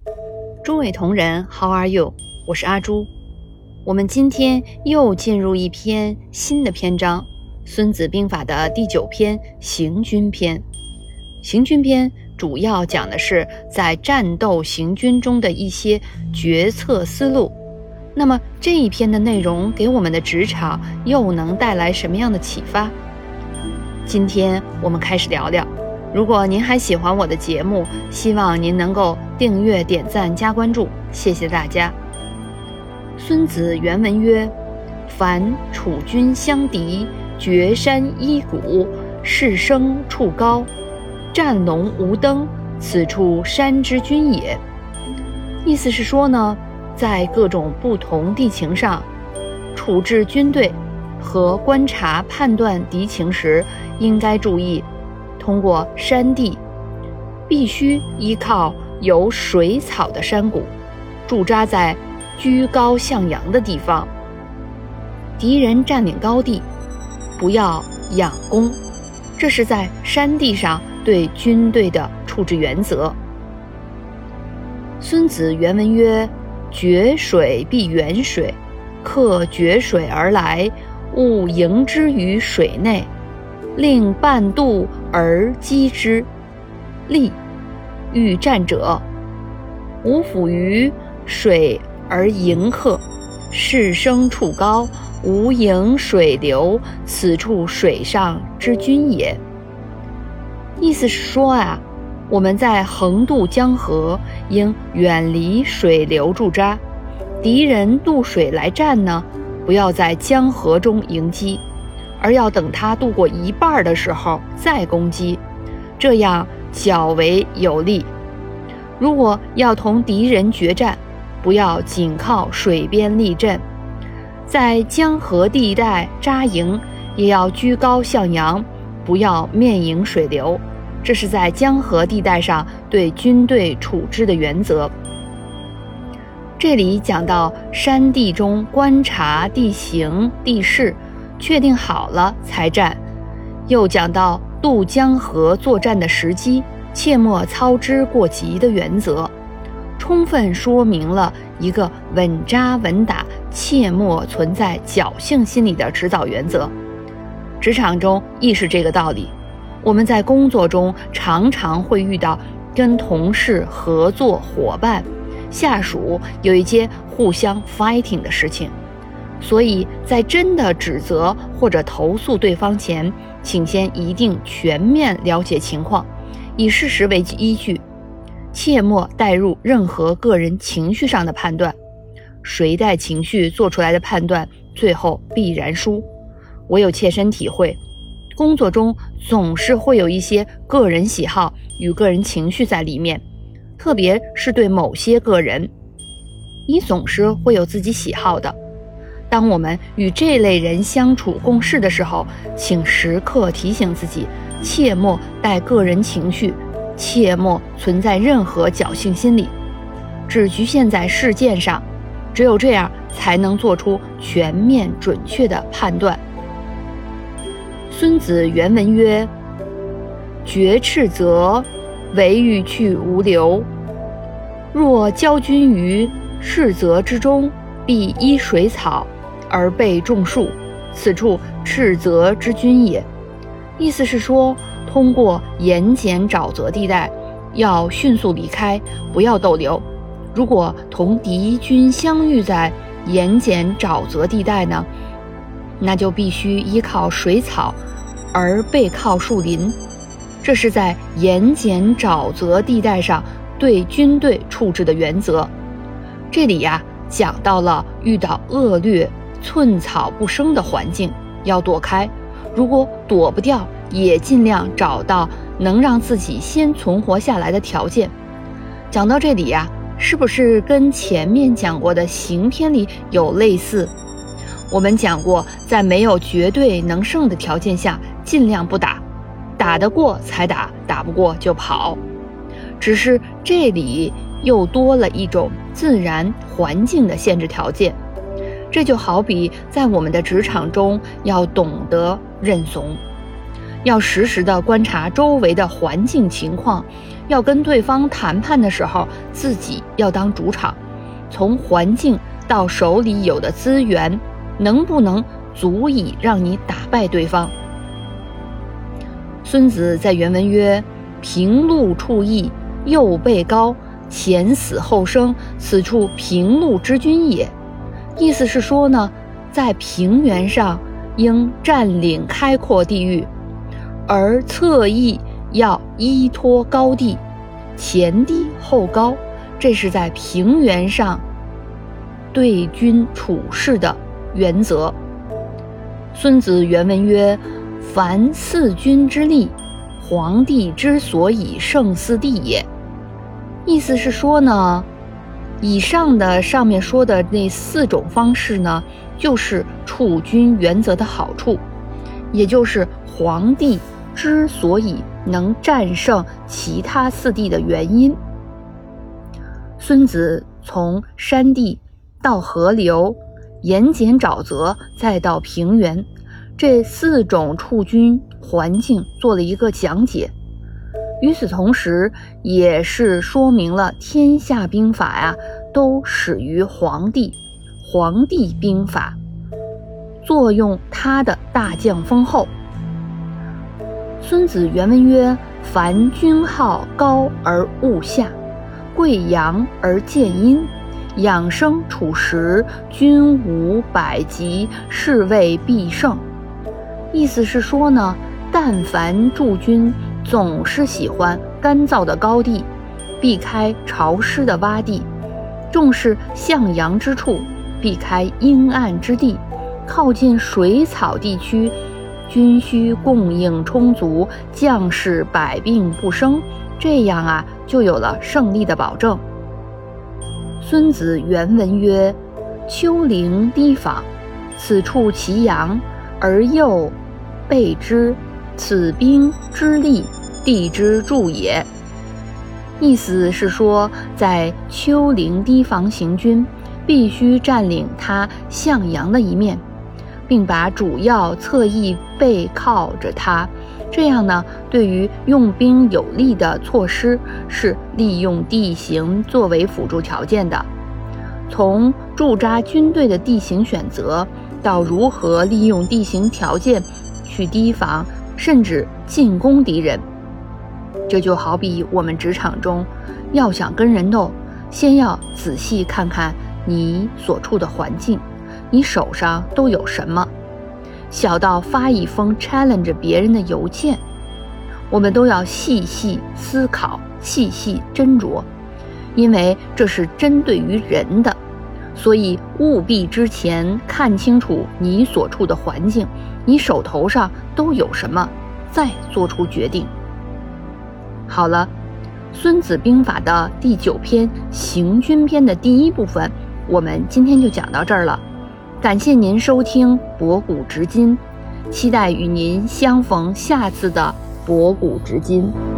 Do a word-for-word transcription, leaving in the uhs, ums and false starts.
诸位同仁 ，How are you？ 我是阿朱。我们今天又进入一篇新的篇章，《孙子兵法》的第九篇行军篇。行军篇主要讲的是在战斗行军中的一些决策思路。那么这一篇的内容给我们的职场又能带来什么样的启发？今天我们开始聊聊。如果您还喜欢我的节目，希望您能够订阅、点赞、加关注，谢谢大家。孙子原文曰：凡楚军相敌，绝山依谷，士声处高，战龙无灯，此处山之军也。意思是说呢，在各种不同地形上处置军队和观察判断敌情时，应该注意通过山地，必须依靠有水草的山谷，驻扎在居高向阳的地方。敌人占领高地，不要仰攻，这是在山地上对军队的处置原则。孙子原文曰：决水必远水，客决水而来，勿迎之于水内，令半渡而击之。利欲战者，无辅于水而迎客，士声处高，无迎水流，此处水上之军也。意思是说啊，我们在横渡江河，应远离水流驻扎。敌人渡水来战呢，不要在江河中迎击，而要等他渡过一半的时候再攻击，这样较为有利。如果要同敌人决战，不要仅靠水边立阵，在江河地带扎营，也要居高向阳，不要面迎水流，这是在江河地带上对军队处置的原则。这里讲到山地中观察地形地势，确定好了才战，又讲到渡江河作战的时机，切莫操之过急的原则，充分说明了一个稳扎稳打，切莫存在侥幸心理的指导原则。职场中亦是这个道理。我们在工作中常常会遇到跟同事、合作伙伴、下属有一些互相 fighting 的事情，所以在真的指责或者投诉对方前，请先一定全面了解情况，以事实为依据，切莫带入任何个人情绪上的判断。谁带情绪做出来的判断，最后必然输。我有切身体会，工作中总是会有一些个人喜好与个人情绪在里面，特别是对某些个人，你总是会有自己喜好的。当我们与这类人相处共事的时候，请时刻提醒自己，切莫带个人情绪，切莫存在任何侥幸心理，只局限在事件上，只有这样才能做出全面准确的判断。孙子原文曰：决赤泽，惟欲去无流。若交军于赤泽之中，必依水草而被种树，此处赤泽之军也。意思是说，通过盐碱沼泽地带，要迅速离开，不要逗留。如果同敌军相遇在盐碱沼泽地带呢，那就必须依靠水草而背靠树林，这是在盐碱沼泽地带上对军队处置的原则。这里呀，讲到了遇到恶劣寸草不生的环境要躲开，如果躲不掉，也尽量找到能让自己先存活下来的条件。讲到这里呀，是不是跟前面讲过的行篇里有类似？我们讲过，在没有绝对能胜的条件下，尽量不打，打得过才打，打不过就跑。只是这里又多了一种自然环境的限制条件，这就好比在我们的职场中要懂得认怂， 要时时的观察周围的环境情况，要跟对方谈判的时候，自己要当主场，从环境到手里有的资源，能不能足以让你打败对方？孙子在原文曰：平陆处易，右背高，前死后生，此处平陆之君也。意思是说呢，在平原上应占领开阔地域，而侧翼要依托高地，前低后高，这是在平原上对君处事的原则。孙子原文曰：凡四君之利，皇帝之所以胜四帝也。意思是说呢，以上的上面说的那四种方式呢，就是处君原则的好处，也就是皇帝之所以能战胜其他四帝的原因。孙子从山地到河流，盐碱沼泽，再到平原，这四种处君环境做了一个讲解。与此同时，也是说明了天下兵法呀，都始于黄帝，黄帝兵法作用他的大将封后。孙子原文曰：凡君好高而恶下，贵阳而见阴，养生处实，均无百疾，是谓必胜。意思是说呢，但凡驻军总是喜欢干燥的高地，避开潮湿的洼地，重视向阳之处，避开阴暗之地，靠近水草地区，军需供应充足，将士百病不生，这样啊，就有了胜利的保证。孙子原文曰：丘陵堤防，此处其阳，而右背之，此兵之利，地之助也。意思是说，在丘陵堤防行军，必须占领它向阳的一面，并把主要侧翼背靠着它，这样呢，对于用兵有利的措施是利用地形作为辅助条件的。从驻扎军队的地形选择，到如何利用地形条件去提防甚至进攻敌人，这就好比我们职场中要想跟人斗，先要仔细看看你所处的环境，你手上都有什么。小到发一封 challenge 别人的邮件，我们都要细细思考，细细斟酌，因为这是针对于人的，所以务必之前看清楚你所处的环境，你手头上都有什么，再做出决定。好了，孙子兵法的第九篇行军篇的第一部分，我们今天就讲到这儿了。感谢您收听博古知今，期待与您相逢下次的博古知今。